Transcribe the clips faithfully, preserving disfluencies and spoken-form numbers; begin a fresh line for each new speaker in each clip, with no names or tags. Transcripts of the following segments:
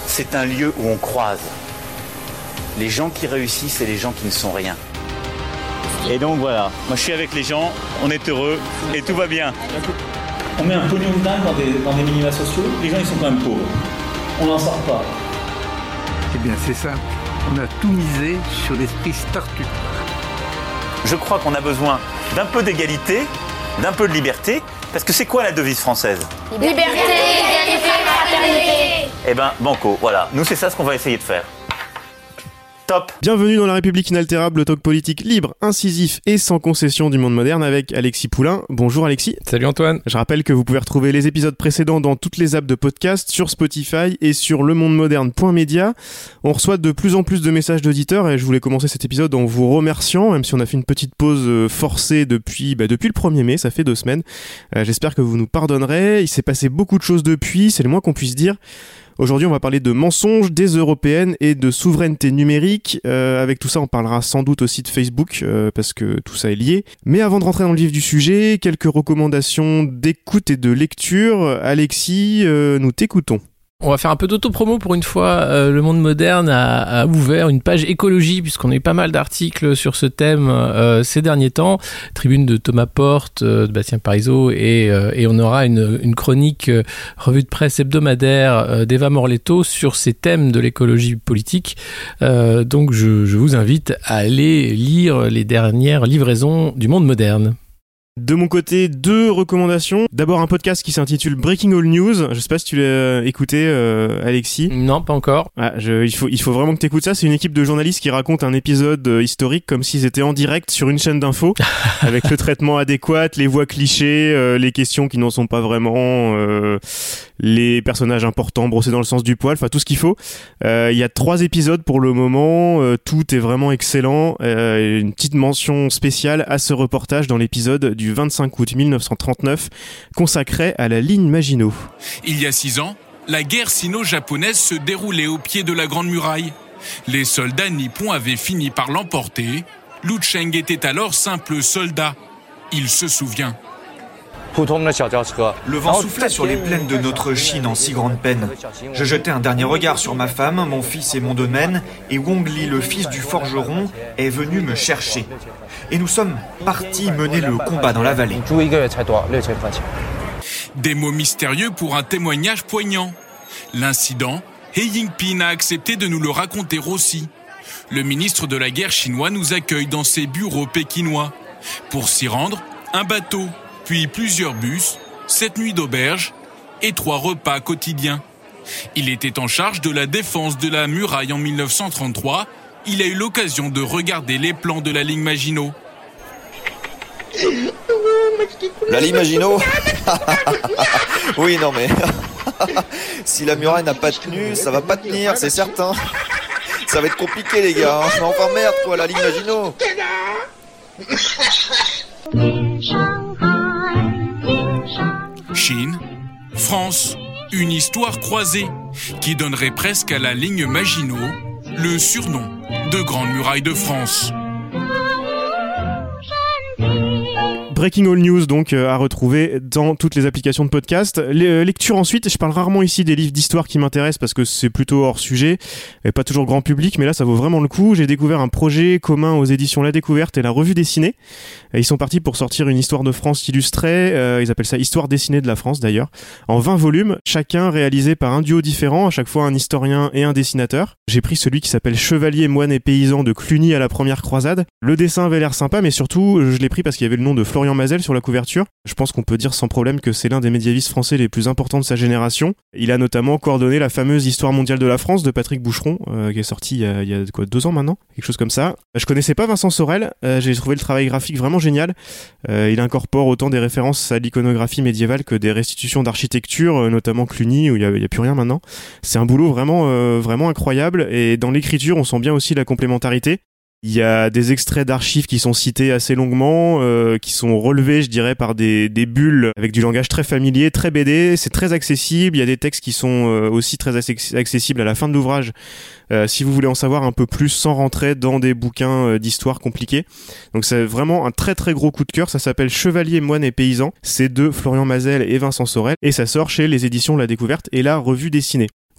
c'est un lieu où on croise les gens qui réussissent et les gens qui ne sont rien. Et donc voilà, moi je suis avec les gens, on est heureux et tout va bien. On met un pognon de dingue dans des, dans des minima sociaux, les gens ils sont quand même pauvres. On n'en sort pas.
Eh bien c'est simple, on a tout misé sur l'esprit start-up.
Je crois qu'on a besoin d'un peu d'égalité, d'un peu de liberté, parce que c'est quoi la devise française ?
Liberté, égalité, fraternité.
Eh ben banco, voilà, nous c'est ça ce qu'on va essayer de faire. Top.
Bienvenue dans La République inaltérable, le talk politique libre, incisif et sans concession du monde moderne avec Alexis Poulain. Bonjour Alexis.
Salut Antoine.
Je rappelle que vous pouvez retrouver les épisodes précédents dans toutes les apps de podcast, sur Spotify et sur lemondemoderne point media. On reçoit de plus en plus de messages d'auditeurs et je voulais commencer cet épisode en vous remerciant, même si on a fait une petite pause forcée depuis, bah, depuis le premier mai, ça fait deux semaines. Euh, j'espère que vous nous pardonnerez. Il s'est passé beaucoup de choses depuis, c'est le moins qu'on puisse dire. Aujourd'hui, on va parler de mensonges, des européennes et de souveraineté numérique. Euh, avec tout ça, on parlera sans doute aussi de Facebook, euh, parce que tout ça est lié. Mais avant de rentrer dans le vif du sujet, quelques recommandations d'écoute et de lecture. Alexis, euh, nous t'écoutons.
On va faire un peu d'auto-promo pour une fois. Euh, le Monde Moderne a, a ouvert une page écologie puisqu'on a eu pas mal d'articles sur ce thème euh, ces derniers temps. Tribune de Thomas Porte, euh, de Bastien Parizeau et, euh, et on aura une, une chronique euh, revue de presse hebdomadaire euh, d'Eva Morletto sur ces thèmes de l'écologie politique. Euh, donc je, je vous invite à aller lire les dernières livraisons du Monde Moderne.
De mon côté, deux recommandations. D'abord un podcast qui s'intitule Breaking All News. Je sais pas si tu l'as écouté, euh, Alexis.
Non, pas encore.
Ah, je, il faut, il faut vraiment que t'écoutes ça. C'est une équipe de journalistes qui raconte un épisode euh, historique comme s'ils étaient en direct sur une chaîne d'infos, avec le traitement adéquat, les voix clichés, euh, les questions qui n'en sont pas vraiment, euh, les personnages importants brossés dans le sens du poil, enfin tout ce qu'il faut. Il euh, y a trois épisodes pour le moment. Euh, tout est vraiment excellent. Euh, une petite mention spéciale à ce reportage dans l'épisode du vingt-cinq août mille neuf cent trente-neuf, consacré à la ligne Maginot.
Il y a six ans, la guerre sino-japonaise se déroulait au pied de la Grande Muraille. Les soldats nippons avaient fini par l'emporter. Lu Cheng était alors simple soldat. Il se souvient.
Le vent soufflait sur les plaines de notre Chine en si grande peine. Je jetai un dernier regard sur ma femme, mon fils et mon domaine, et Wong Li, le fils du forgeron, est venu me chercher. Et nous sommes partis mener le combat dans la vallée.
Des mots mystérieux pour un témoignage poignant. L'incident, He Yingpin a accepté de nous le raconter aussi. Le ministre de la guerre chinois nous accueille dans ses bureaux pékinois. Pour s'y rendre, un bateau, puis plusieurs bus, sept nuits d'auberge et trois repas quotidiens. Il était en charge de la défense de la muraille en mille neuf cent trente-trois. Il a eu l'occasion de regarder les plans de la ligne Maginot.
La ligne Maginot ? Oui, non mais... si la muraille n'a pas tenu, ça va pas tenir, c'est certain. Ça va être compliqué les gars. Mais enfin merde quoi, la ligne Maginot.
Chine, France, une histoire croisée qui donnerait presque à la ligne Maginot le surnom de Grande Muraille de France.
Breaking All News, donc, euh, à retrouver dans toutes les applications de podcast. Les, euh, lecture ensuite, je parle rarement ici des livres d'histoire qui m'intéressent parce que c'est plutôt hors sujet et pas toujours grand public, mais là ça vaut vraiment le coup. J'ai découvert un projet commun aux éditions La Découverte et la Revue Dessinée. Et ils sont partis pour sortir une histoire de France illustrée, euh, ils appellent ça Histoire dessinée de la France d'ailleurs, en vingt volumes, chacun réalisé par un duo différent, à chaque fois un historien et un dessinateur. J'ai pris celui qui s'appelle Chevalier, moine et paysan de Cluny à la première croisade. Le dessin avait l'air sympa, mais surtout je l'ai pris parce qu'il y avait le nom de Florian Mazel sur la couverture. Je pense qu'on peut dire sans problème que c'est l'un des médiévistes français les plus importants de sa génération. Il a notamment coordonné la fameuse Histoire mondiale de la France de Patrick Boucheron, euh, qui est sorti il y a, il y a quoi, deux ans maintenant, quelque chose comme ça. Je connaissais pas Vincent Sorel, euh, j'ai trouvé le travail graphique vraiment génial. Euh, il incorpore autant des références à l'iconographie médiévale que des restitutions d'architecture, euh, notamment Cluny où il y a, il y a plus rien maintenant. C'est un boulot vraiment, euh, vraiment incroyable et dans l'écriture on sent bien aussi la complémentarité. Il y a des extraits d'archives qui sont cités assez longuement, euh, qui sont relevés, je dirais, par des, des bulles avec du langage très familier, très B D. C'est très accessible. Il y a des textes qui sont euh, aussi très accessibles à la fin de l'ouvrage, euh, si vous voulez en savoir un peu plus sans rentrer dans des bouquins euh, d'histoire compliqués. Donc c'est vraiment un très très gros coup de cœur. Ça s'appelle Chevalier, moine et paysan. C'est de Florian Mazel et Vincent Sorel. Et ça sort chez les éditions La Découverte et La Revue Dessinée.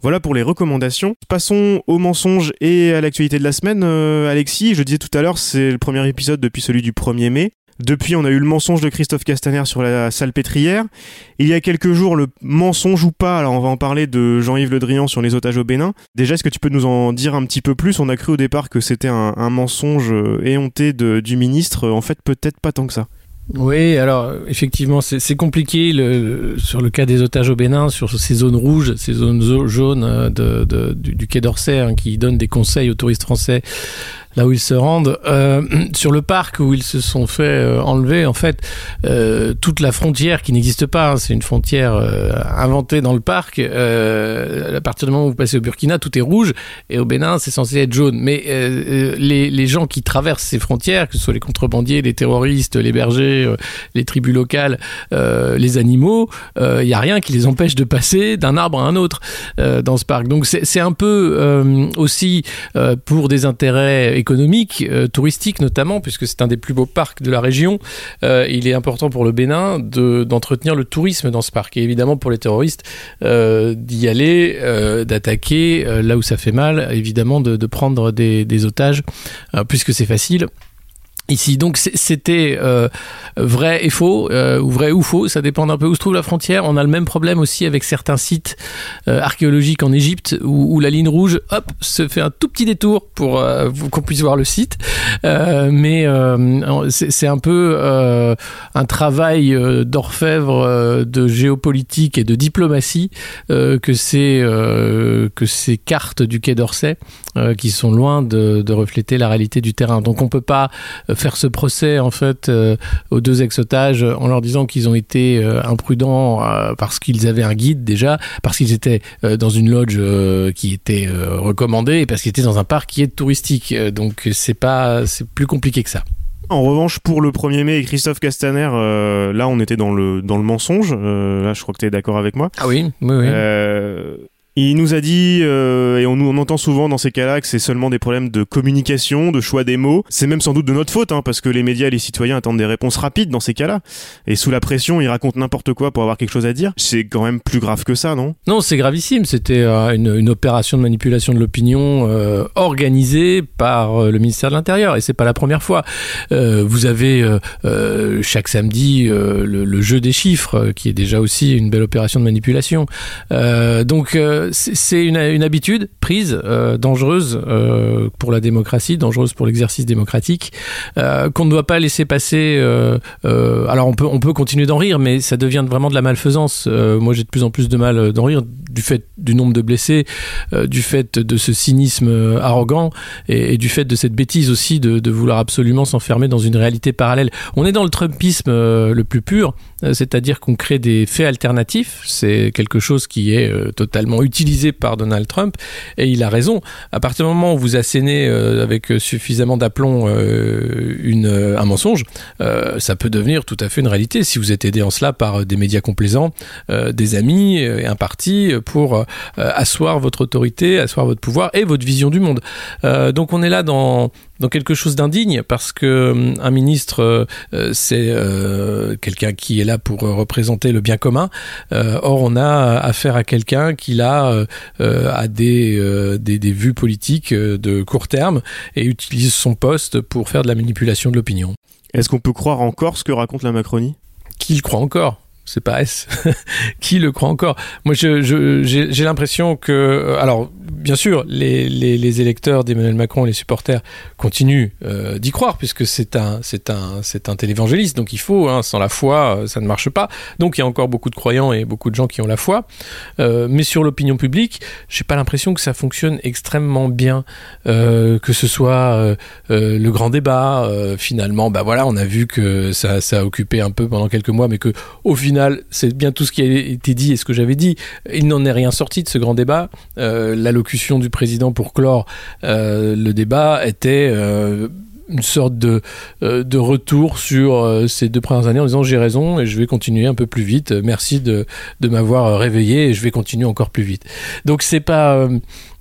Voilà pour les recommandations. Passons aux mensonges et à l'actualité de la semaine. Euh, Alexis, je disais tout à l'heure, c'est le premier épisode depuis celui du premier mai. Depuis, on a eu le mensonge de Christophe Castaner sur la salpêtrière. Il y a quelques jours, le mensonge ou pas, alors on va en parler de Jean-Yves Le Drian sur les otages au Bénin. Déjà, est-ce que tu peux nous en dire un petit peu plus ? On a cru au départ que c'était un, un mensonge éhonté de, du ministre. En fait, peut-être pas tant que ça.
Oui, alors effectivement, c'est, c'est compliqué le, le, sur le cas des otages au Bénin, sur ces zones rouges, ces zones jaunes de, de, du, du Quai d'Orsay, hein, qui donnent des conseils aux touristes français là où ils se rendent. Euh, sur le parc où ils se sont fait euh, enlever, en fait, euh, toute la frontière qui n'existe pas, hein, c'est une frontière euh, inventée dans le parc. Euh, à partir du moment où vous passez au Burkina, tout est rouge, et au Bénin, c'est censé être jaune. Mais euh, les, les gens qui traversent ces frontières, que ce soit les contrebandiers, les terroristes, les bergers, euh, les tribus locales, euh, les animaux, il euh, n'y a rien qui les empêche de passer d'un arbre à un autre euh, dans ce parc. Donc c'est, c'est un peu euh, aussi euh, pour des intérêts économique, euh, touristique notamment, puisque c'est un des plus beaux parcs de la région. Euh, il est important pour le Bénin de, d'entretenir le tourisme dans ce parc, et évidemment pour les terroristes euh, d'y aller, euh, d'attaquer euh, là où ça fait mal, évidemment de, de prendre des, des otages, euh, puisque c'est facile. Ici, donc c'était euh, vrai et faux, euh, ou vrai ou faux, ça dépend un peu où se trouve la frontière. On a le même problème aussi avec certains sites euh, archéologiques en Égypte où, où la ligne rouge, hop, se fait un tout petit détour pour euh, qu'on puisse voir le site. Euh, mais euh, c'est, c'est un peu euh, un travail euh, d'orfèvre, euh, de géopolitique et de diplomatie euh, que ces euh, que ces cartes du Quai d'Orsay euh, qui sont loin de, de refléter la réalité du terrain. Donc on peut pas faire ce procès en fait euh, aux deux ex-otages en leur disant qu'ils ont été euh, imprudents euh, parce qu'ils avaient un guide déjà, parce qu'ils étaient euh, dans une lodge euh, qui était euh, recommandée et parce qu'ils étaient dans un parc qui est touristique. Euh, donc c'est pas, c'est plus compliqué que ça.
En revanche, pour le premier mai et Christophe Castaner, euh, là on était dans le, dans le mensonge. Euh, là je crois que tu es d'accord avec moi.
Ah oui, oui, oui.
Euh... Il nous a dit, euh, et on, on entend souvent dans ces cas-là que c'est seulement des problèmes de communication, de choix des mots. C'est même sans doute de notre faute, hein, parce que les médias et les citoyens attendent des réponses rapides dans ces cas-là. Et sous la pression, ils racontent n'importe quoi pour avoir quelque chose à dire. C'est quand même plus grave que ça, non ?
Non, c'est gravissime. C'était euh, une, une opération de manipulation de l'opinion euh, organisée par euh, le ministère de l'Intérieur. Et c'est pas la première fois. Euh, vous avez euh, euh, chaque samedi euh, le, le jeu des chiffres, euh, qui est déjà aussi une belle opération de manipulation. Euh, donc... Euh, c'est une, une habitude prise, euh, dangereuse euh, pour la démocratie, dangereuse pour l'exercice démocratique, euh, qu'on ne doit pas laisser passer. Euh, euh, alors on peut, on peut continuer d'en rire, mais ça devient vraiment de la malfaisance. Euh, moi j'ai de plus en plus de mal d'en rire du fait du nombre de blessés, euh, du fait de ce cynisme arrogant et, et du fait de cette bêtise aussi de, de vouloir absolument s'enfermer dans une réalité parallèle. On est dans le Trumpisme euh, le plus pur, euh, c'est-à-dire qu'on crée des faits alternatifs. C'est quelque chose qui est euh, totalement utilisé par Donald Trump, et il a raison. À partir du moment où vous assénez euh, avec suffisamment d'aplomb euh, une, un mensonge, euh, ça peut devenir tout à fait une réalité si vous êtes aidé en cela par des médias complaisants, euh, des amis et un parti pour euh, asseoir votre autorité, asseoir votre pouvoir et votre vision du monde. Euh, donc on est là dans dans quelque chose d'indigne, parce que un ministre, euh, c'est euh, quelqu'un qui est là pour représenter le bien commun. Euh, or, on a affaire à quelqu'un qui là euh, a des, euh, des des vues politiques de court terme et utilise son poste pour faire de la manipulation de l'opinion.
Est-ce qu'on peut croire encore ce que raconte la Macronie ?
Qui le croit encore ? C'est pas S. Qui le croit encore ? Moi, je, je, j'ai, j'ai l'impression que... Alors, bien sûr, les, les, les électeurs d'Emmanuel Macron, les supporters, continuent euh, d'y croire, puisque c'est un, c'est un, c'est un télévangéliste, donc il faut, hein, sans la foi, ça ne marche pas. Donc, il y a encore beaucoup de croyants et beaucoup de gens qui ont la foi. Euh, mais sur l'opinion publique, j'ai pas l'impression que ça fonctionne extrêmement bien. Euh, que ce soit euh, euh, le grand débat, euh, finalement, bah voilà, on a vu que ça, ça a occupé un peu pendant quelques mois, mais que au final, c'est bien tout ce qui a été dit et ce que j'avais dit. Il n'en est rien sorti de ce grand débat. Euh, l'allocution du président pour clore euh, le débat était euh, une sorte de, euh, de retour sur euh, ces deux premières années en disant j'ai raison et je vais continuer un peu plus vite. Merci de, de m'avoir réveillé et je vais continuer encore plus vite. Donc c'est pas... Euh,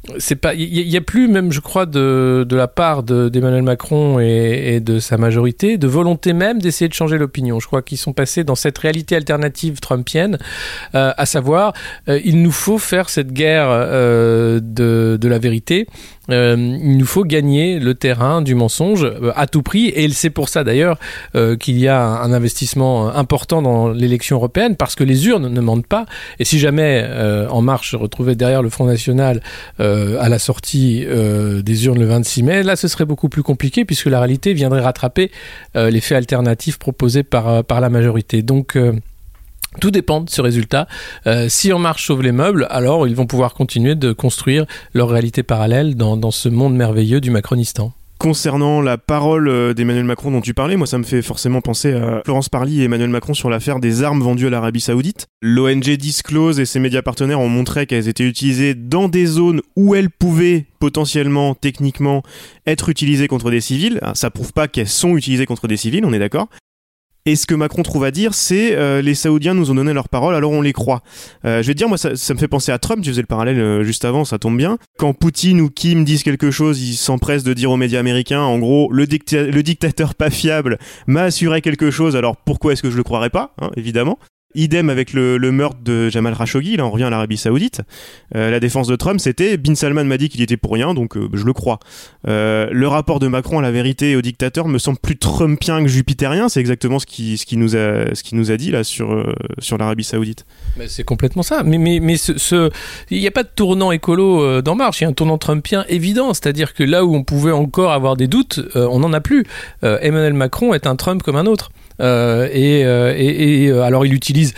c'est pas, il y, y a plus même, je crois, de, de la part de, d'Emmanuel Macron et, et de sa majorité, de volonté même d'essayer de changer l'opinion. Je crois qu'ils sont passés dans cette réalité alternative trumpienne, euh, à savoir, euh, il nous faut faire cette guerre euh, de, de la vérité. Euh, il nous faut gagner le terrain du mensonge euh, à tout prix, et c'est pour ça d'ailleurs euh, qu'il y a un investissement important dans l'élection européenne, parce que les urnes ne mentent pas, et si jamais euh, En Marche se retrouvait derrière le Front National euh, à la sortie euh, des urnes le vingt-six mai, là ce serait beaucoup plus compliqué, puisque la réalité viendrait rattraper euh, les faits alternatifs proposés par, par la majorité. Donc euh, tout dépend de ce résultat. Euh, si En Marche sauve les meubles, alors ils vont pouvoir continuer de construire leur réalité parallèle dans, dans ce monde merveilleux du Macronistan.
Concernant la parole d'Emmanuel Macron dont tu parlais, moi ça me fait forcément penser à Florence Parly et Emmanuel Macron sur l'affaire des armes vendues à l'Arabie Saoudite. L'O N G Disclose et ses médias partenaires ont montré qu'elles étaient utilisées dans des zones où elles pouvaient potentiellement, techniquement, être utilisées contre des civils. Ça prouve pas qu'elles sont utilisées contre des civils, on est d'accord ? Et ce que Macron trouve à dire, c'est euh, les Saoudiens nous ont donné leur parole, alors on les croit. Euh, je vais te dire, moi, ça, ça me fait penser à Trump. Tu faisais le parallèle euh, juste avant, ça tombe bien. Quand Poutine ou Kim disent quelque chose, ils s'empressent de dire aux médias américains, en gros, le, dicta- le dictateur pas fiable m'a assuré quelque chose, alors pourquoi est-ce que je le croirais pas, hein, évidemment. Idem avec le, le meurtre de Jamal Khashoggi, là on revient à l'Arabie Saoudite. Euh, la défense de Trump, c'était Bin Salman m'a dit qu'il était pour rien, donc euh, je le crois. Euh, le rapport de Macron à la vérité et au dictateur me semble plus trumpien que jupitérien. C'est exactement ce qui ce qui nous a ce qui nous a dit là sur euh, sur l'Arabie Saoudite.
Mais c'est complètement ça. Mais mais mais ce, ce... il n'y a pas de tournant écolo euh, d'En Marche. Il y a un tournant trumpien évident, c'est-à-dire que là où on pouvait encore avoir des doutes, euh, on n'en a plus. Euh, Emmanuel Macron est un Trump comme un autre. Euh, et, euh, et, et alors il utilise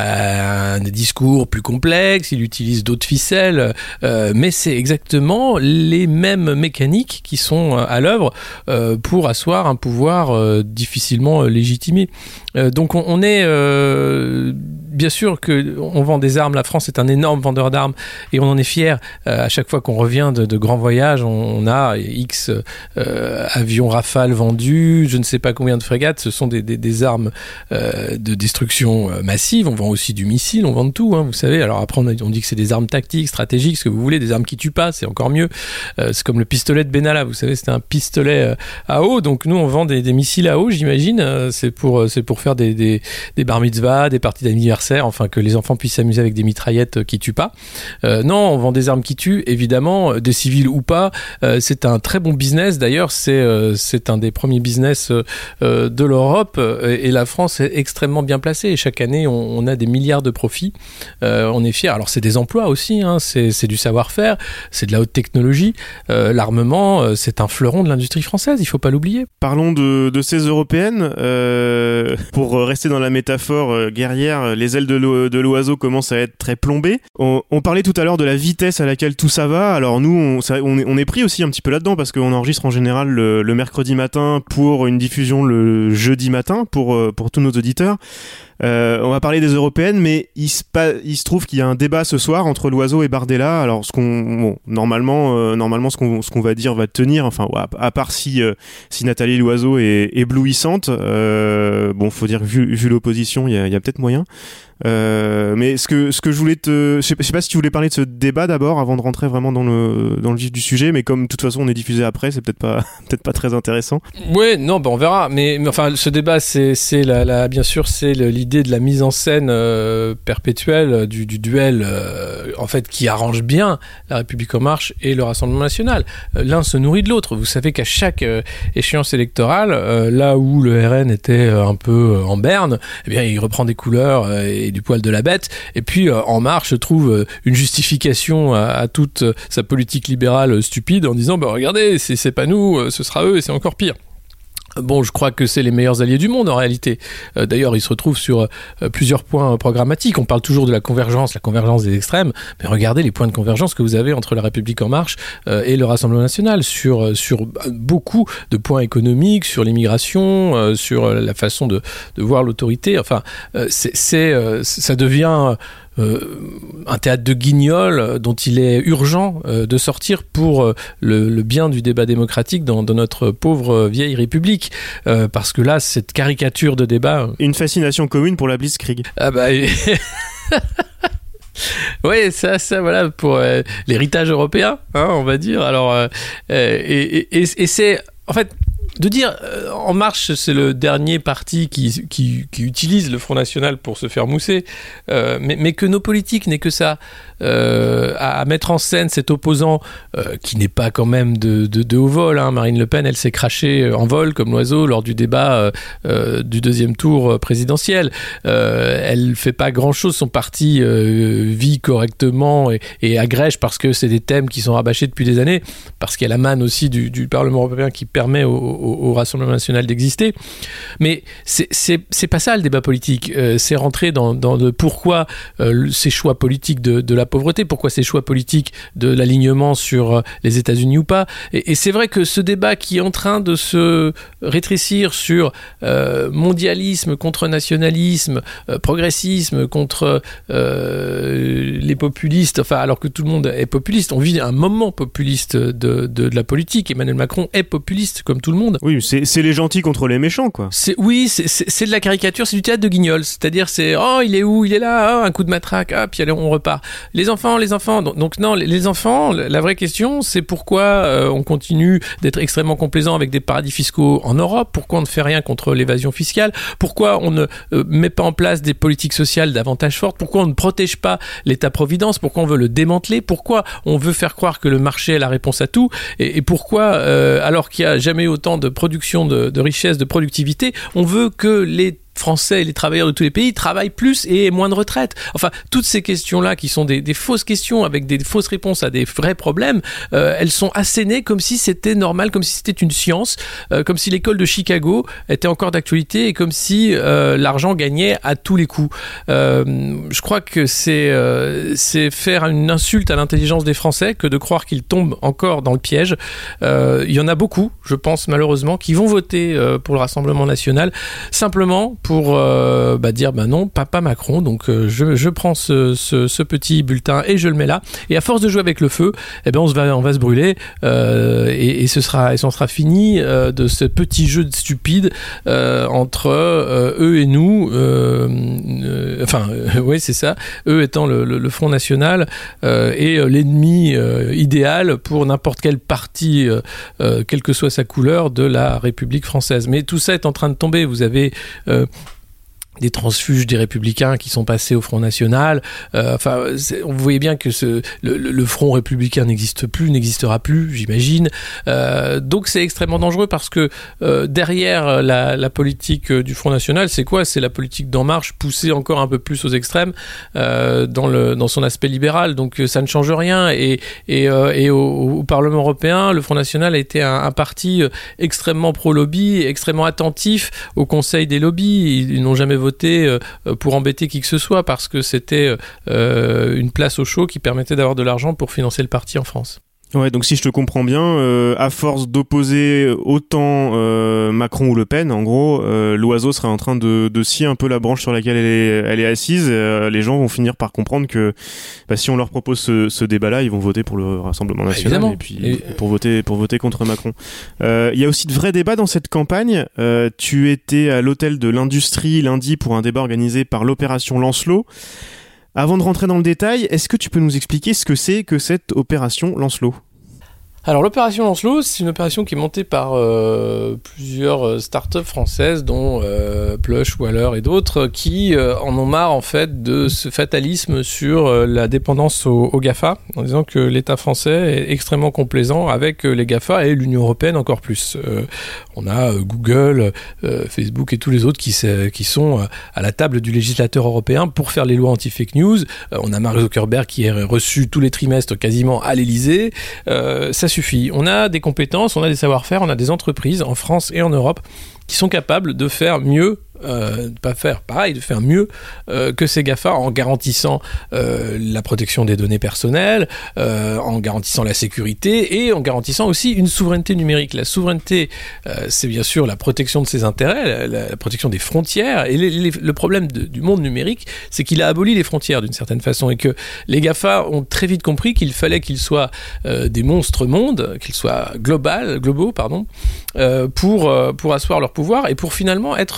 euh, des discours plus complexes, il utilise d'autres ficelles, euh, mais c'est exactement les mêmes mécaniques qui sont à l'œuvre euh, pour asseoir un pouvoir euh, difficilement légitimé. Euh, donc on, on est euh, bien sûr que on vend des armes. La France est un énorme vendeur d'armes et on en est fier. Euh, à chaque fois qu'on revient de, de grands voyages, on, on a X euh, avions Rafale vendus, je ne sais pas combien de frégates. Ce sont des, des, des armes euh, de destruction massive. On vend aussi du missile, on vend de tout, hein, vous savez. Alors après on, a, on dit que c'est des armes tactiques, stratégiques, ce que vous voulez, des armes qui tuent pas, c'est encore mieux. Euh, c'est comme le pistolet de Benalla, vous savez, c'était un pistolet euh, à eau. Donc nous on vend des, des missiles à eau, j'imagine. Euh, c'est pour c'est pour faire des, des, des bar mitzvahs, des parties d'anniversaire, enfin que les enfants puissent s'amuser avec des mitraillettes qui tuent pas. Euh, non, on vend des armes qui tuent, évidemment, des civils ou pas. Euh, c'est un très bon business. D'ailleurs, c'est euh, c'est un des premiers business euh, de l'Europe et, et la France est extrêmement bien placée. Et chaque année, on, on a des milliards de profits. Euh, on est fiers. Alors, c'est des emplois aussi, hein, c'est, c'est du savoir-faire, c'est de la haute technologie. Euh, l'armement, c'est un fleuron de l'industrie française, il faut pas l'oublier.
Parlons de, de ces européennes. Euh, pour rester dans la métaphore euh, guerrière, les ailes de, l'o- de l'oiseau commencent à être très plombées. On, on parlait tout à l'heure de la vitesse à laquelle tout ça va. Alors nous, on, ça, on, est, on est pris aussi un petit peu là-dedans parce qu'on enregistre en général le, le mercredi matin pour une diffusion le jeudi matin pour, pour tous nos auditeurs. Euh, on va parler des européennes, mais il se, pa- il se trouve qu'il y a un débat ce soir entre Loiseau et Bardella. Alors, ce qu'on, bon, normalement, euh, normalement, ce qu'on, ce qu'on va dire va tenir. Enfin, à, à part si, euh, si Nathalie Loiseau est éblouissante. Euh, bon, faut dire vu, vu l'opposition, il y a, il y a peut-être moyen. Euh, mais ce que ce que je voulais te, je sais, je sais pas si tu voulais parler de ce débat d'abord avant de rentrer vraiment dans le dans le vif du sujet, mais comme de toute façon on est diffusé après, c'est peut-être pas peut-être pas très intéressant.
Ouais, non, ben on verra. Mais, mais enfin, ce débat, c'est c'est la, la bien sûr c'est le, l'idée de la mise en scène euh, perpétuelle du, du duel, euh, en fait, qui arrange bien la République en marche et le Rassemblement national. Euh, l'un se nourrit de l'autre. Vous savez qu'à chaque euh, échéance électorale, euh, là où le R N était un peu euh, en berne, eh bien, il reprend des couleurs euh, et du poil de la bête, et puis euh, En Marche trouve euh, une justification à, à toute euh, sa politique libérale euh, stupide en disant bah regardez, c'est, c'est pas nous, euh, ce sera eux et c'est encore pire. Bon, je crois que c'est les meilleurs alliés du monde en réalité. Euh, d'ailleurs, ils se retrouvent sur euh, plusieurs points programmatiques. On parle toujours de la convergence, la convergence des extrêmes, mais regardez les points de convergence que vous avez entre la République en marche euh, et le Rassemblement national sur sur beaucoup de points économiques, sur l'immigration, euh, sur la façon de de voir l'autorité. Enfin, euh, c'est c'est euh, ça devient Euh, un théâtre de guignol dont il est urgent euh, de sortir pour euh, le, le bien du débat démocratique dans, dans notre pauvre vieille République. Euh, parce que là, cette caricature de débat...
Une fascination commune pour la Blitzkrieg.
Ah bah... Ouais, ça, ça, voilà, pour euh, l'héritage européen, hein, on va dire. Alors, euh, et, et, et, et c'est, en fait, de dire euh, En Marche, c'est le dernier parti qui, qui, qui utilise le Front National pour se faire mousser, euh, mais, mais que nos politiques n'aient que ça euh, à, à mettre en scène cet opposant euh, qui n'est pas quand même de, de, de haut vol. Hein. Marine Le Pen, elle s'est crachée en vol comme l'oiseau lors du débat euh, euh, du deuxième tour présidentiel. Euh, elle fait pas grand-chose, son parti euh, vit correctement et, et agrège parce que c'est des thèmes qui sont rabâchés depuis des années, parce qu'elle amène aussi du, du Parlement européen qui permet au, au, au Rassemblement national d'exister. Mais c'est, c'est, c'est pas ça le débat politique. Euh, c'est rentrer dans, dans le pourquoi euh, ces choix politiques de, de la pauvreté, pourquoi ces choix politiques de l'alignement sur euh, les États-Unis ou pas. Et, et c'est vrai que ce débat qui est en train de se rétrécir sur euh, mondialisme contre nationalisme, euh, progressisme contre euh, les populistes, enfin alors que tout le monde est populiste, on vit un moment populiste de, de, de la politique. Emmanuel Macron est populiste comme tout le monde.
Oui, c'est, c'est les gentils contre les méchants, quoi.
C'est, oui, c'est, c'est, c'est de la caricature, c'est du théâtre de Guignol. C'est-à-dire, c'est oh, il est où, il est là, oh, un coup de matraque, ah, puis allez, on repart. Les enfants, les enfants. Donc, donc non, les, les enfants, la vraie question, c'est pourquoi euh, on continue d'être extrêmement complaisant avec des paradis fiscaux en Europe, pourquoi on ne fait rien contre l'évasion fiscale, pourquoi on ne euh, met pas en place des politiques sociales davantage fortes, pourquoi on ne protège pas l'État-providence, pourquoi on veut le démanteler, pourquoi on veut faire croire que le marché est la réponse à tout, et, et pourquoi, euh, alors qu'il n'y a jamais eu autant de production de, de richesse, de productivité, on veut que les Français et les travailleurs de tous les pays travaillent plus et aient moins de retraite. Enfin, toutes ces questions-là qui sont des, des fausses questions avec des fausses réponses à des vrais problèmes, euh, elles sont assénées comme si c'était normal, comme si c'était une science, euh, comme si l'école de Chicago était encore d'actualité et comme si euh, l'argent gagnait à tous les coups. Euh, je crois que c'est, euh, c'est faire une insulte à l'intelligence des Français que de croire qu'ils tombent encore dans le piège. Euh, il y en a beaucoup, je pense malheureusement, qui vont voter euh, pour le Rassemblement national simplement pour euh, bah, dire bah non, papa Macron, donc euh, je, je prends ce, ce, ce petit bulletin et je le mets là, et à force de jouer avec le feu, eh ben on, se va, on va se brûler euh, et, et ce sera, et ce sera fini euh, de ce petit jeu stupide euh, entre euh, eux et nous, euh, euh, enfin euh, oui c'est ça, eux étant le, le, le Front National euh, et l'ennemi euh, idéal pour n'importe quel parti, euh, euh, quelle que soit sa couleur, de la République française. Mais tout ça est en train de tomber. Vous avez euh, des transfuges des Républicains qui sont passés au Front National. Euh, enfin, vous voyez bien que ce, le, le Front républicain n'existe plus, n'existera plus, j'imagine. Euh, donc c'est extrêmement dangereux parce que euh, derrière la, la politique du Front National, c'est quoi ? C'est la politique d'En Marche poussée encore un peu plus aux extrêmes euh, dans, le, dans son aspect libéral. Donc ça ne change rien. Et, et, euh, et au, au Parlement européen, le Front National a été un, un parti extrêmement pro-lobby, extrêmement attentif au conseil des lobbies. Ils, ils n'ont jamais voté pour embêter qui que ce soit parce que c'était euh, une place au chaud qui permettait d'avoir de l'argent pour financer le parti en France.
Ouais, donc si je te comprends bien, euh, à force d'opposer autant euh, Macron ou Le Pen, en gros, euh, l'oiseau serait en train de, de scier un peu la branche sur laquelle elle est, elle est assise. Euh, les gens vont finir par comprendre que bah, si on leur propose ce, ce débat-là, ils vont voter pour le Rassemblement national. Évidemment. Et puis et... pour voter pour voter contre Macron. Il euh, y a aussi de vrais débats dans cette campagne. Euh, tu étais à l'hôtel de l'Industrie lundi pour un débat organisé par l'opération Lancelot. Avant de rentrer dans le détail, est-ce que tu peux nous expliquer ce que c'est que cette opération Lancelot ?
Alors l'opération Lancelot, c'est une opération qui est montée par euh, plusieurs startups françaises, dont euh, Plush, Waller et d'autres, qui euh, en ont marre en fait de ce fatalisme sur euh, la dépendance aux, aux GAFA, en disant que l'État français est extrêmement complaisant avec euh, les GAFA et l'Union européenne encore plus. Euh, on a euh, Google, euh, Facebook et tous les autres qui, qui sont euh, à la table du législateur européen pour faire les lois anti-fake news. Euh, on a Mark Zuckerberg qui est reçu tous les trimestres quasiment à l'Élysée. Euh, ça suffit. On a des compétences, on a des savoir-faire, on a des entreprises en France et en Europe qui sont capables de faire mieux, euh, de pas faire pareil, de faire mieux euh, que ces GAFA en garantissant euh, la protection des données personnelles, euh, en garantissant la sécurité et en garantissant aussi une souveraineté numérique. La souveraineté, euh, c'est bien sûr la protection de ses intérêts, la, la protection des frontières. Et les, les, le problème de, du monde numérique, c'est qu'il a aboli les frontières d'une certaine façon et que les GAFA ont très vite compris qu'il fallait qu'ils soient euh, des monstres mondes, qu'ils soient global, globaux, pardon, euh, pour, euh, pour asseoir leur pouvoir et pour finalement être hors la loi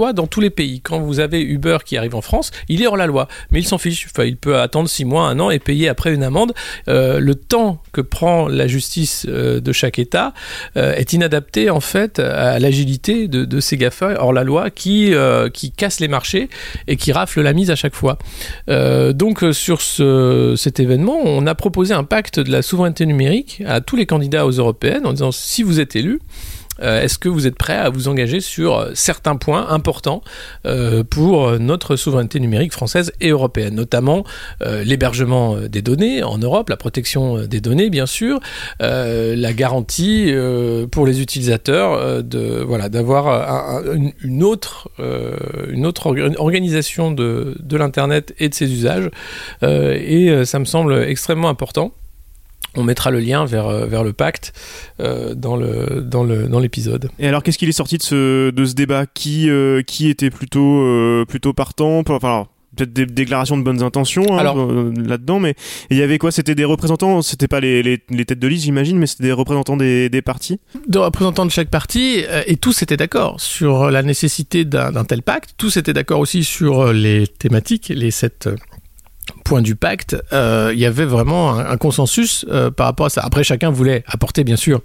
loi dans tous les pays. Quand vous avez Uber qui arrive en France, il est hors la loi, mais il s'en fiche. Enfin, il peut attendre six mois, un an et payer après une amende. Euh, le temps que prend la justice euh, de chaque État euh, est inadapté en fait à l'agilité de, de ces GAFA hors la loi qui, euh, qui cassent les marchés et qui raflent la mise à chaque fois. Euh, donc sur ce, cet événement, on a proposé un pacte de la souveraineté numérique à tous les candidats aux européennes en disant si vous êtes élus, Euh, est-ce que vous êtes prêt à vous engager sur certains points importants euh, pour notre souveraineté numérique française et européenne, notamment euh, l'hébergement des données en Europe, la protection des données bien sûr, euh, la garantie euh, pour les utilisateurs euh, de voilà d'avoir un, un, une, une autre euh, une autre orga- organisation de de l'internet et de ses usages euh, et euh, ça me semble extrêmement important. On mettra le lien vers, vers le pacte euh, dans, le, dans, le, dans l'épisode.
Et alors, qu'est-ce qu'il est sorti de ce, de ce débat qui, euh, qui était plutôt, euh, plutôt partant enfin, alors, peut-être des déclarations de bonnes intentions hein, alors, euh, là-dedans, mais il y avait quoi? C'était des représentants, c'était pas les, les, les têtes de liste, j'imagine, mais c'était des représentants des, des partis?
Des représentants de chaque parti, euh, et tous étaient d'accord sur la nécessité d'un, d'un tel pacte. Tous étaient d'accord aussi sur les thématiques, les sept... Euh, point du pacte, euh, il y avait vraiment un, un consensus euh, par rapport à ça. Après, chacun voulait apporter, bien sûr,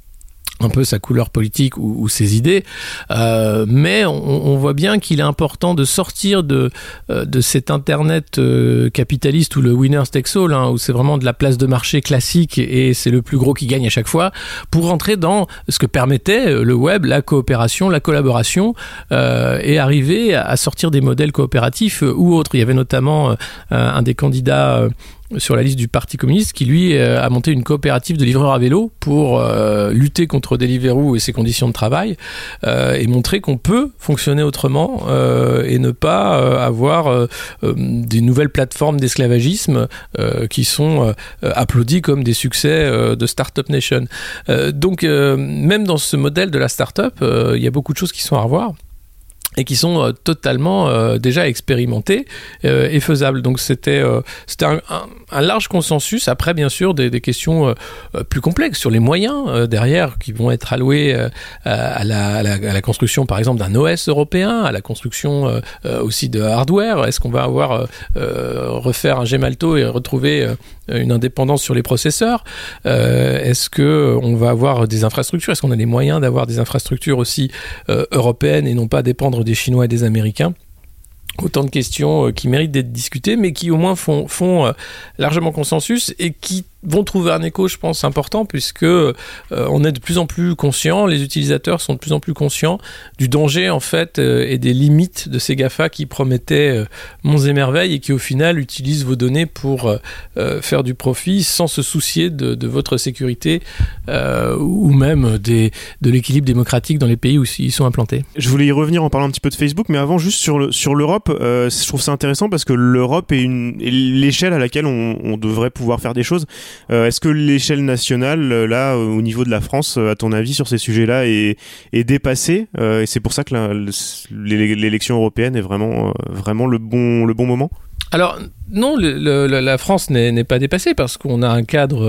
un peu sa couleur politique ou, ou ses idées, euh, mais on, on voit bien qu'il est important de sortir de, euh, de cet internet euh, capitaliste où le winner takes all, hein, où c'est vraiment de la place de marché classique et c'est le plus gros qui gagne à chaque fois, pour rentrer dans ce que permettait le web, la coopération, la collaboration, euh, et arriver à sortir des modèles coopératifs ou autres. Il y avait notamment euh, un des candidats euh, sur la liste du Parti communiste qui lui euh, a monté une coopérative de livreurs à vélo pour euh, lutter contre Deliveroo et ses conditions de travail euh, et montrer qu'on peut fonctionner autrement euh, et ne pas euh, avoir euh, euh, des nouvelles plateformes d'esclavagisme euh, qui sont euh, applaudies comme des succès euh, de Startup Nation. Euh, donc euh, même dans ce modèle de la startup, euh, il y a beaucoup de choses qui sont à revoir et qui sont euh, totalement euh, déjà expérimentées euh, et faisables. Donc c'était, euh, c'était un, un, un large consensus. Après, bien sûr, des, des questions euh, plus complexes sur les moyens euh, derrière qui vont être alloués euh, à, la, à, la, à la construction, par exemple, d'un O S européen, à la construction euh, euh, aussi de hardware. Est-ce qu'on va avoir euh, euh, refaire un Gemalto et retrouver euh, une indépendance sur les processeurs? euh, Est-ce qu'on va avoir des infrastructures? Est-ce qu'on a les moyens d'avoir des infrastructures aussi euh, européennes et non pas dépendre des Chinois et des Américains? Autant de questions euh, qui méritent d'être discutées, mais qui au moins font, font euh, largement consensus et qui vont trouver un écho, je pense, important, puisque euh, on est de plus en plus conscient, les utilisateurs sont de plus en plus conscients du danger, en fait, euh, et des limites de ces GAFA qui promettaient euh, monts et merveilles et qui, au final, utilisent vos données pour euh, faire du profit sans se soucier de, de votre sécurité euh, ou même des, de l'équilibre démocratique dans les pays où ils sont implantés.
Je voulais y revenir en parlant un petit peu de Facebook, mais avant, juste sur, le, sur l'Europe, euh, je trouve ça intéressant parce que l'Europe est, une, est l'échelle à laquelle on, on devrait pouvoir faire des choses. Euh, est-ce que l'échelle nationale, là, au niveau de la France, à ton avis, sur ces sujets-là, est, est dépassée euh, et c'est pour ça que la, l'élection européenne est vraiment, vraiment le bon, le bon moment?
Alors, non, le, le, la France n'est, n'est pas dépassée parce qu'on a un cadre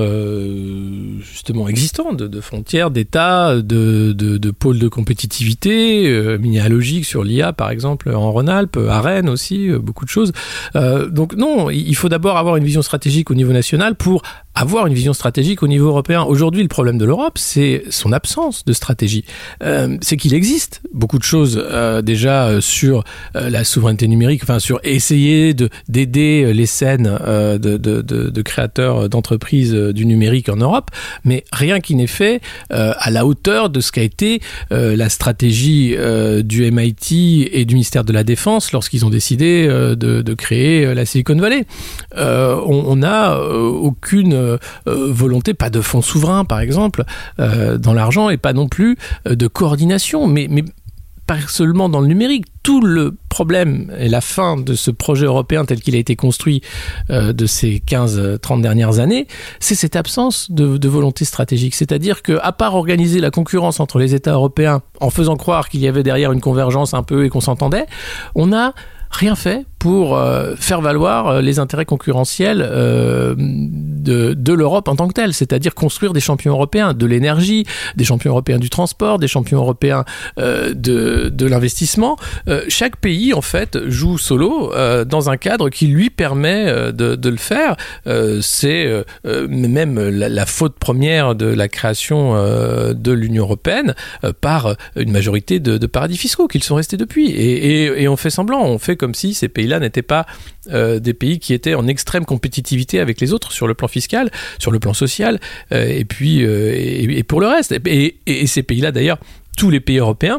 euh, justement existant de, de frontières, d'États, de, de, de pôles de compétitivité, euh, minéralogique sur l'I A par exemple en Rhône-Alpes, à Rennes aussi, euh, beaucoup de choses. Euh, donc non, il faut d'abord avoir une vision stratégique au niveau national pour avoir une vision stratégique au niveau européen. Aujourd'hui, le problème de l'Europe, c'est son absence de stratégie. Euh, c'est qu'il existe beaucoup de choses euh, déjà sur euh, la souveraineté numérique, enfin sur essayer de, d'aider les scènes euh, de, de, de, de créateurs d'entreprises du numérique en Europe, mais rien qui n'est fait euh, à la hauteur de ce qu'a été euh, la stratégie euh, du M I T et du ministère de la Défense lorsqu'ils ont décidé euh, de, de créer la Silicon Valley. Euh, on n'a euh, aucune Euh, volonté, pas de fonds souverains par exemple, euh, dans l'argent et pas non plus euh, de coordination, mais, mais pas seulement dans le numérique. Tout le problème et la fin de ce projet européen tel qu'il a été construit euh, de ces quinze trente dernières années, c'est cette absence de, de volonté stratégique. C'est-à-dire qu'à part organiser la concurrence entre les États européens en faisant croire qu'il y avait derrière une convergence un peu et qu'on s'entendait, on a rien fait pour euh, faire valoir les intérêts concurrentiels euh, de, de l'Europe en tant que telle, c'est-à-dire construire des champions européens de l'énergie, des champions européens du transport, des champions européens euh, de, de l'investissement. Euh, chaque pays, en fait, joue solo euh, dans un cadre qui lui permet euh, de, de le faire. Euh, c'est euh, même la, la faute première de la création euh, de l'Union européenne euh, par une majorité de, de paradis fiscaux qu'ils sont restés depuis. Et, et, et on fait semblant, on fait comme si ces pays-là n'étaient pas euh, des pays qui étaient en extrême compétitivité avec les autres sur le plan fiscal, sur le plan social, euh, et puis euh, et, et pour le reste. Et, et, et ces pays-là, d'ailleurs, tous les pays européens,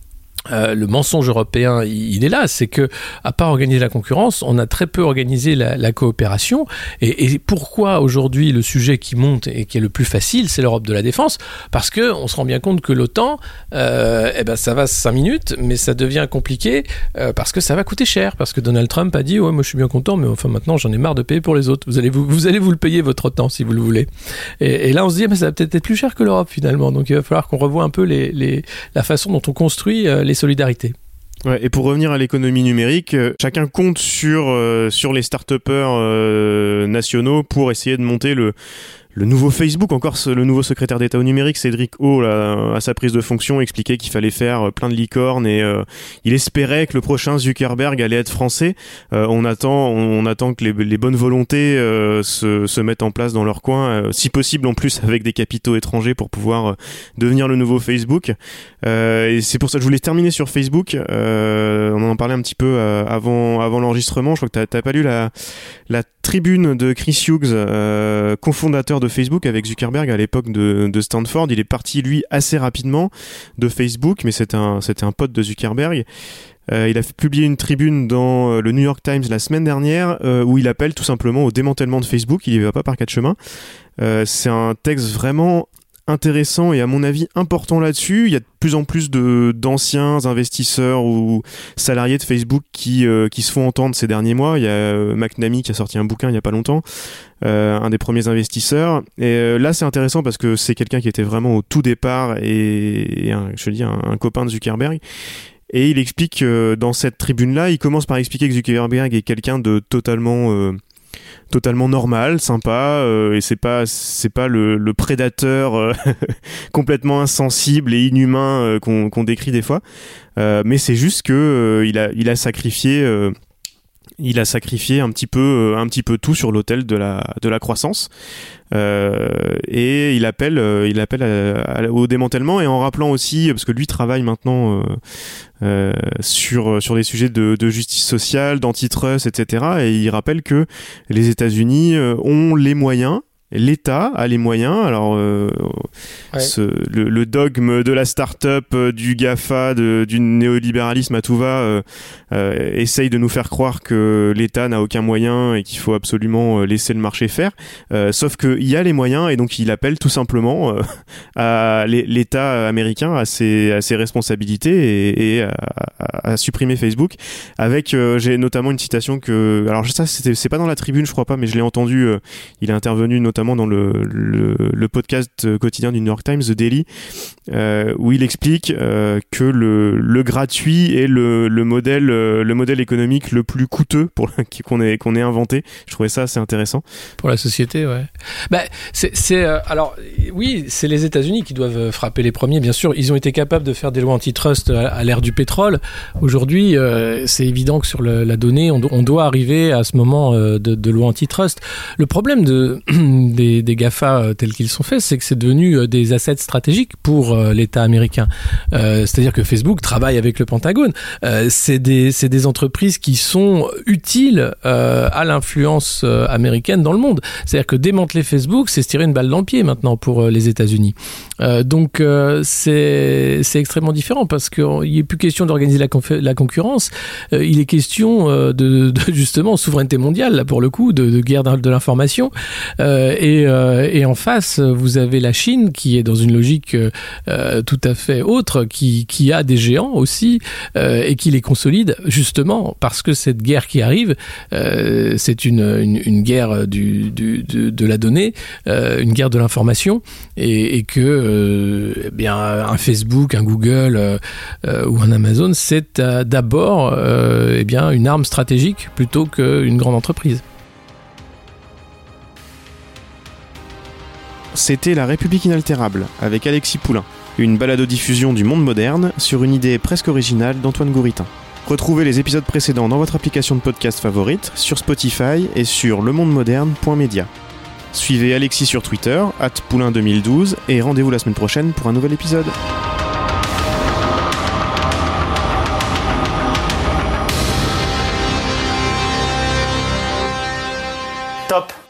Euh, le mensonge européen, il, il est là, c'est que à part organiser la concurrence, on a très peu organisé la, la coopération. Et, et pourquoi aujourd'hui le sujet qui monte et qui est le plus facile, c'est l'Europe de la défense? Parce que on se rend bien compte que l'OTAN, euh, eh ben ça va cinq minutes, mais ça devient compliqué euh, parce que ça va coûter cher. Parce que Donald Trump a dit ouais, moi je suis bien content, mais enfin maintenant j'en ai marre de payer pour les autres. Vous allez vous, vous allez vous le payer votre OTAN si vous le voulez. Et, et là on se dit mais ça va peut-être être plus cher que l'Europe finalement. Donc il va falloir qu'on revoie un peu les, les, la façon dont on construit euh, les solidarités.
Ouais, et pour revenir à l'économie numérique, euh, chacun compte sur, euh, sur les start-upers euh, nationaux pour essayer de monter le, le nouveau Facebook. Encore ce, le nouveau secrétaire d'État au numérique, Cédric O, là, à sa prise de fonction, expliquait qu'il fallait faire plein de licornes et euh, il espérait que le prochain Zuckerberg allait être français. Euh, on attend, on, on attend que les, les bonnes volontés euh, se, se mettent en place dans leur coin, euh, si possible en plus avec des capitaux étrangers pour pouvoir euh, devenir le nouveau Facebook. Euh, et c'est pour ça que je voulais terminer sur Facebook. Euh, on en parlait un petit peu euh, avant, avant l'enregistrement. Je crois que t'as, t'as pas lu la, la tribune de Chris Hughes, euh, cofondateur de Facebook avec Zuckerberg à l'époque de, de Stanford. Il est parti lui assez rapidement de Facebook, mais c'était un, c'était un pote de Zuckerberg. Euh, il a publié une tribune dans euh, le New York Times la semaine dernière euh, où il appelle tout simplement au démantèlement de Facebook. Il y va pas par quatre chemins. Euh, c'est un texte vraiment intéressant et à mon avis important là-dessus. Il y a de plus en plus de d'anciens investisseurs ou salariés de Facebook qui euh, qui se font entendre ces derniers mois. Il y a euh, McNamee qui a sorti un bouquin il y a pas longtemps, euh, un des premiers investisseurs. Et euh, là c'est intéressant parce que c'est quelqu'un qui était vraiment au tout départ et, et un, je te dis un, un copain de Zuckerberg. Et il explique euh, dans cette tribune-là, il commence par expliquer que Zuckerberg est quelqu'un de totalement euh, totalement normal, sympa, euh, et c'est pas c'est pas le, le prédateur euh, complètement insensible et inhumain euh, qu'on, qu'on décrit des fois, euh, mais c'est juste que euh, il a il a sacrifié euh, il a sacrifié un petit peu un petit peu tout sur l'autel de la de la croissance. Euh, et il appelle euh, il appelle à, à, au démantèlement, et en rappelant aussi, parce que lui travaille maintenant euh, euh, sur sur des sujets de, de justice sociale, d'antitrust, et cetera. Et il rappelle que les États-Unis euh, ont les moyens. L'État a les moyens. Alors, euh, ouais. ce, le, le dogme de la start-up, euh, du GAFA, de, du néolibéralisme à tout va, euh, euh, essaye de nous faire croire que l'État n'a aucun moyen et qu'il faut absolument laisser le marché faire. Euh, sauf qu'il y a les moyens, et donc il appelle tout simplement euh, à l'État américain à ses, à ses responsabilités et, et à, à, à supprimer Facebook. Avec, euh, j'ai notamment une citation que, alors ça, c'était, c'est pas dans la tribune, je crois pas, mais je l'ai entendu. Euh, il est intervenu notamment notamment dans le, le, le podcast quotidien du New York Times, The Daily, euh, où il explique euh, que le, le gratuit est le, le, modèle, le modèle économique le plus coûteux pour, qu'on, ait, qu'on ait inventé. Je trouvais ça assez intéressant.
Pour la société, ouais. Bah, c'est, c'est, euh, alors, oui, c'est les États-Unis qui doivent frapper les premiers, bien sûr. Ils ont été capables de faire des lois antitrust à, à l'ère du pétrole. Aujourd'hui, euh, c'est évident que sur le, la donnée, on, do, on doit arriver à ce moment euh, de, de loi antitrust. Le problème de Des, des GAFA tels qu'ils sont faits, c'est que c'est devenu des assets stratégiques pour euh, l'État américain. Euh, c'est-à-dire que Facebook travaille avec le Pentagone. Euh, c'est, des, c'est des entreprises qui sont utiles euh, à l'influence euh, américaine dans le monde. C'est-à-dire que démanteler Facebook, c'est se tirer une balle dans le pied maintenant pour euh, les États-Unis. Euh, donc euh, c'est, c'est extrêmement différent parce qu'il n'est plus question d'organiser la, conf- la concurrence. Euh, il est question euh, de, de justement souveraineté mondiale, là pour le coup, de, de guerre de l'information. Euh, et, euh, et en face, vous avez la Chine qui est dans une logique euh, tout à fait autre, qui, qui a des géants aussi euh, et qui les consolide justement parce que cette guerre qui arrive, euh, c'est une, une, une guerre du, du, de, de la donnée, euh, une guerre de l'information, et, et que euh, eh bien un Facebook, un Google euh, euh, ou un Amazon, c'est euh, d'abord euh, eh bien une arme stratégique plutôt qu'une grande entreprise.
C'était La République inaltérable avec Alexis Poulain, une balado-diffusion du monde moderne sur une idée presque originale d'Antoine Gouritin. Retrouvez les épisodes précédents dans votre application de podcast favorite, sur Spotify et sur lemondemoderne point media. Suivez Alexis sur Twitter, arobase poulain deux mille douze, et rendez-vous la semaine prochaine pour un nouvel épisode.
Top.